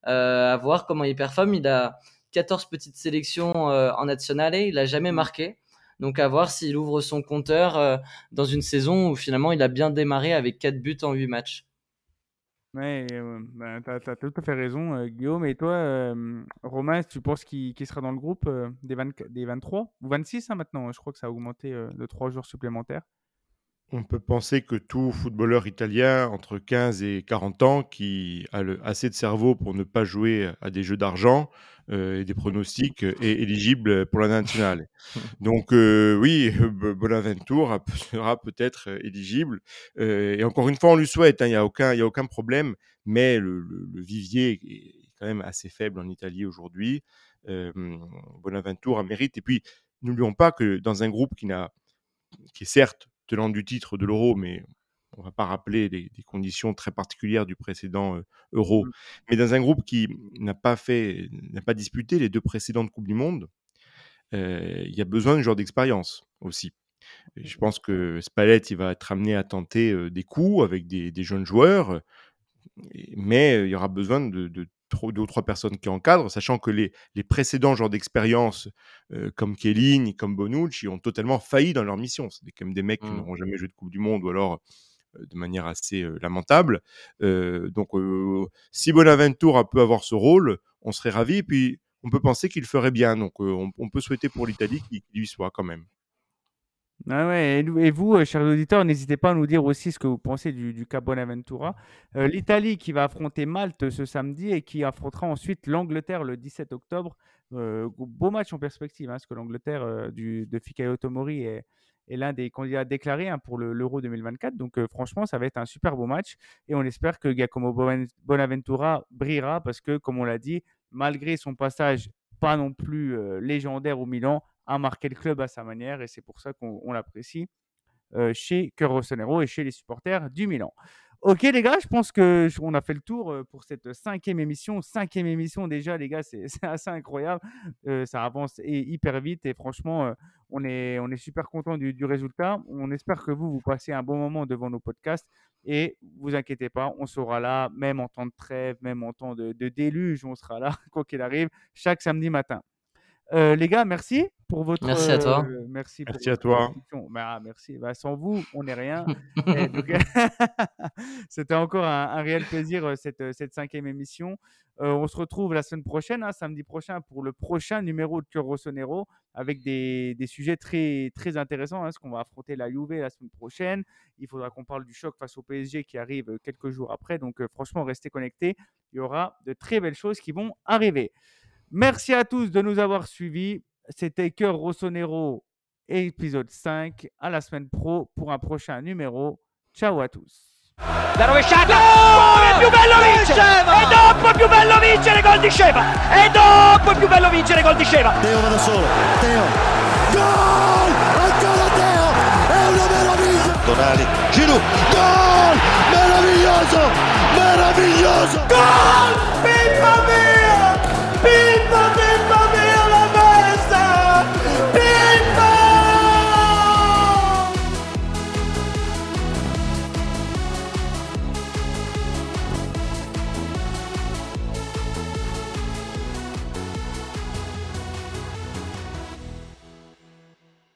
à voir comment il performe. Il a 14 petites sélections en Nazionale, il n'a jamais marqué. Donc à voir s'il ouvre son compteur dans une saison où finalement il a bien démarré avec 4 buts en 8 matchs. Ouais, t'as tout à fait raison, Guillaume. Et toi, Romain, tu penses qu'il sera dans le groupe des 23 ou 26 maintenant? Je crois que ça a augmenté de 3 jours supplémentaires. On peut penser que tout footballeur italien entre 15 et 40 ans qui a assez de cerveau pour ne pas jouer à des jeux d'argent et des pronostics est éligible pour la nationale. Donc oui, Bonaventura sera peut-être éligible. Et encore une fois, on lui souhaite, hein, il n'y a aucun problème, mais le vivier est quand même assez faible en Italie aujourd'hui. Bonaventura mérite. Et puis, n'oublions pas que dans un groupe qui est certes tenant du titre de l'Euro, mais on ne va pas rappeler des conditions très particulières du précédent Euro, mais dans un groupe qui n'a pas disputé les 2 précédentes Coupes du Monde, il y a besoin de joueurs d'expérience aussi. Et je pense que Spalletti va être amené à tenter des coups avec des jeunes joueurs, mais il y aura besoin de 2 ou 3 personnes qui encadrent, sachant que les précédents joueurs d'expérience comme Chiellini, comme Bonucci ont totalement failli dans leur mission. C'est quand même des mecs qui n'auront jamais joué de Coupe du Monde ou alors de manière assez lamentable. Donc si Bonaventura peut avoir ce rôle, on serait ravis. Et puis on peut penser qu'il ferait bien. Donc on peut souhaiter pour l'Italie qu'il y soit quand même. Ah ouais, et vous, chers auditeurs, n'hésitez pas à nous dire aussi ce que vous pensez du cas Bonaventura. L'Italie qui va affronter Malte ce samedi et qui affrontera ensuite l'Angleterre le 17 octobre. Beau match en perspective, hein, parce que l'Angleterre de Fikayo Tomori est l'un des candidats déclarés, hein, pour l'Euro 2024. Donc franchement, ça va être un super beau match et on espère que Giacomo Bonaventura brillera parce que, comme on l'a dit, malgré son passage pas non plus légendaire au Milan, a marqué le club à sa manière et c'est pour ça qu'on l'apprécie chez Cœur Rossonero et chez les supporters du Milan. Ok les gars, je pense qu'on a fait le tour pour cette 5e émission. 5e émission déjà les gars, c'est assez incroyable. Ça avance hyper vite et franchement, on est super content du résultat. On espère que vous passez un bon moment devant nos podcasts et vous inquiétez pas, on sera là, même en temps de trêve, même en temps de déluge, on sera là, quoi qu'il arrive, chaque samedi matin. Les gars, merci pour votre. Merci à toi. Merci à toi. Merci. Sans vous, on n'est rien. Donc, c'était encore un réel plaisir cette 5e émission. On se retrouve la semaine prochaine, hein, samedi prochain, pour le prochain numéro de Cœur Rossonero avec des sujets très, très intéressants, hein, parce qu'on va affronter la Juve la semaine prochaine. Il faudra qu'on parle du choc face au PSG qui arrive quelques jours après. Donc, franchement, restez connectés. Il y aura de très belles choses qui vont arriver. Merci à tous de nous avoir suivis. C'était Cœur Rossonero, épisode 5. À la semaine pro pour un prochain numéro. Ciao à tous. La rovesciata, è più bello vincere e dopo è più bello vincere gol di Sceva e dopo è più bello vincere gol di Sceva. Teo va da solo, Teo, gol, ancora Teo, è una meraviglia. Tonali, Giroud, gol, meraviglioso, meraviglioso. Gol, Pippa mia,